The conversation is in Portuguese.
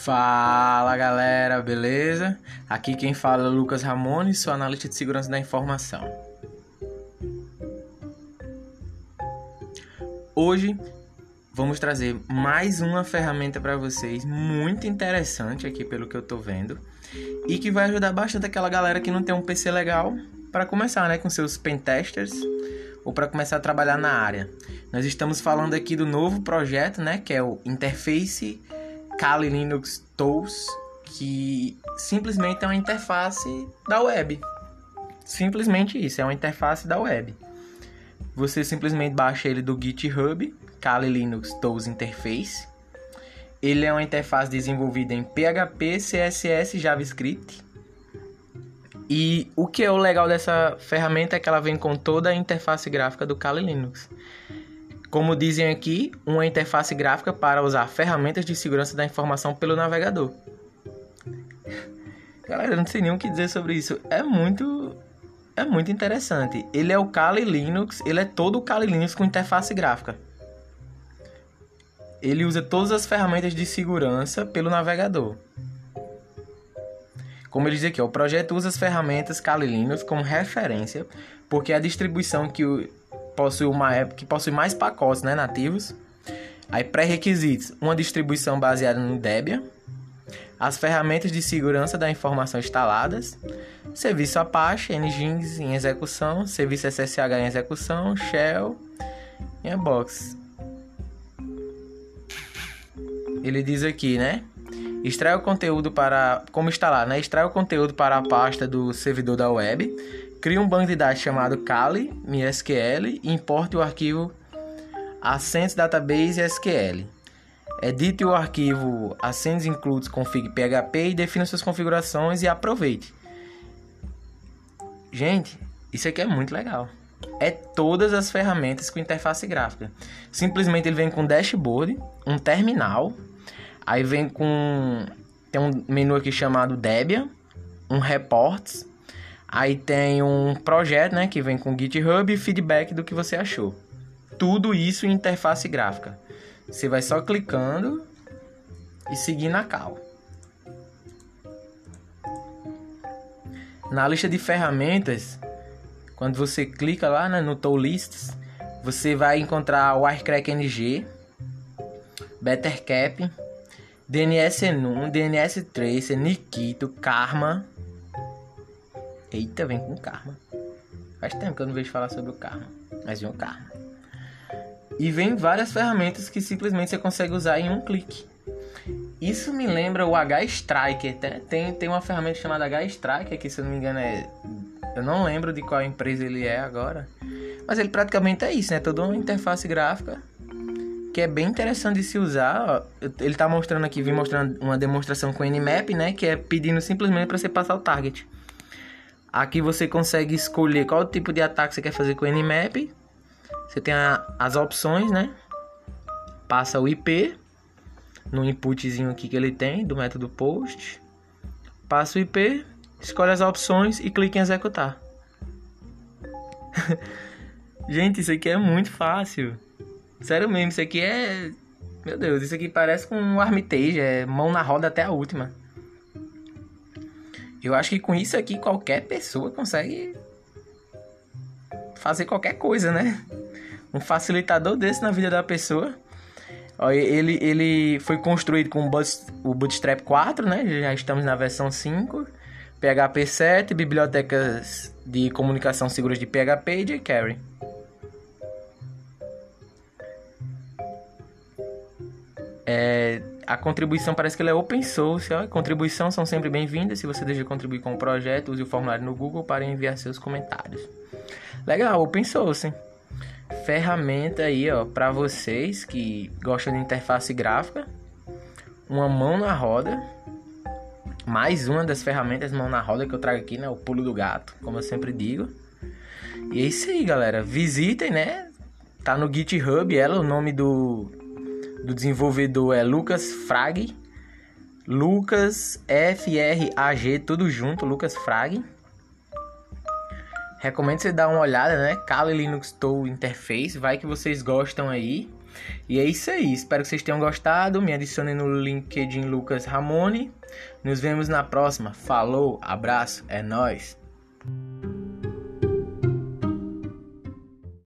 Fala galera, beleza? Aqui quem fala é o Lucas Ramone, sou analista de segurança da informação. Hoje vamos trazer mais uma ferramenta para vocês muito interessante aqui pelo que eu tô vendo e que vai ajudar bastante aquela galera que não tem um PC legal para começar, né, com seus pentesters ou para começar a trabalhar na área. Nós estamos falando aqui do novo projeto, né, que é o Interface Kali Linux Tools, que simplesmente é uma interface da web. Simplesmente isso, é uma interface da web. Você simplesmente baixa ele do GitHub, Kali Linux Tools Interface. Ele é uma interface desenvolvida em PHP, CSS e JavaScript. E o que é o legal dessa ferramenta é que ela vem com toda a interface gráfica do Kali Linux. Como dizem aqui, uma interface gráfica para usar ferramentas de segurança da informação pelo navegador. Galera, eu não sei nem o que dizer sobre isso. É muito interessante. Ele é o Kali Linux, ele é todo o Kali Linux com interface gráfica. Ele usa todas as ferramentas de segurança pelo navegador. Como ele diz aqui, o projeto usa as ferramentas Kali Linux como referência, porque é a distribuição que possui mais pacotes, né, nativos. Aí pré-requisitos: uma distribuição baseada no Debian, as ferramentas de segurança da informação instaladas, serviço Apache, Nginx em execução, serviço SSH em execução, Shell e Box. Ele diz aqui, né? Extrai o conteúdo para... Como instalar, né? Extrai o conteúdo para a pasta do servidor da web. Cria um banco de dados chamado Kali MySQL e importe o arquivo Ascents Database SQL. Edite o arquivo Ascents Includes Config PHP e defina suas configurações e aproveite. Gente, isso aqui é muito legal. É todas as ferramentas com interface gráfica. Simplesmente ele vem com um dashboard, um terminal, aí vem com... Tem um menu aqui chamado Debian, um Reports, aí tem um projeto, né, que vem com GitHub e feedback do que você achou. Tudo isso em interface gráfica. Você vai só clicando e seguindo a cal. Na lista de ferramentas, quando você clica lá, né, no Tool Lists, você vai encontrar o Wirecrack NG, Bettercap, DNS Enum, DNS Tracer, Nikito, Karma. Eita, vem com Karma. Faz tempo que eu não vejo falar sobre o Karma, mas vem o Karma. E vem várias ferramentas que simplesmente você consegue usar em um clique. Isso me lembra o H-Striker, né? Tem uma ferramenta chamada H-Striker, que se eu não me engano eu não lembro de qual empresa ele é agora. Mas ele praticamente é isso, né? Toda uma interface gráfica que é bem interessante de se usar. Ele tá mostrando aqui, vim mostrando uma demonstração com Nmap, né? Que é pedindo simplesmente para você passar o target. Aqui você consegue escolher qual tipo de ataque você quer fazer com o Nmap. Você tem as opções, né? Passa o IP no inputzinho aqui que ele tem do método post. Passa o IP, escolhe as opções e clica em executar. Gente, isso aqui é muito fácil. Sério mesmo, isso aqui é... Meu Deus, isso aqui parece com um Armitage, é mão na roda até a última. Eu acho que com isso aqui qualquer pessoa consegue fazer qualquer coisa, né? Um facilitador desse na vida da pessoa. Ele foi construído com o Bootstrap 4, né? Já estamos na versão 5. PHP 7, bibliotecas de comunicação seguras de PHP e jQuery. A contribuição parece que ela é open source. Contribuições são sempre bem-vindas. Se você deseja contribuir com o projeto, use o formulário no Google para enviar seus comentários. Legal, open source. Ferramenta aí, ó, para vocês que gostam de interface gráfica. Uma mão na roda. Mais uma das ferramentas mão na roda que eu trago aqui, né? O pulo do gato, como eu sempre digo. E é isso aí, galera. Visitem, né? Tá no GitHub, o nome do desenvolvedor é Lucas Frag. Lucas Frag, tudo junto, Lucas Frag. Recomendo você dar uma olhada, né? Kali Linux Tool Interface, vai que vocês gostam aí. E é isso aí, espero que vocês tenham gostado. Me adicionem no LinkedIn Lucas Ramone. Nos vemos na próxima. Falou, abraço, é nóis.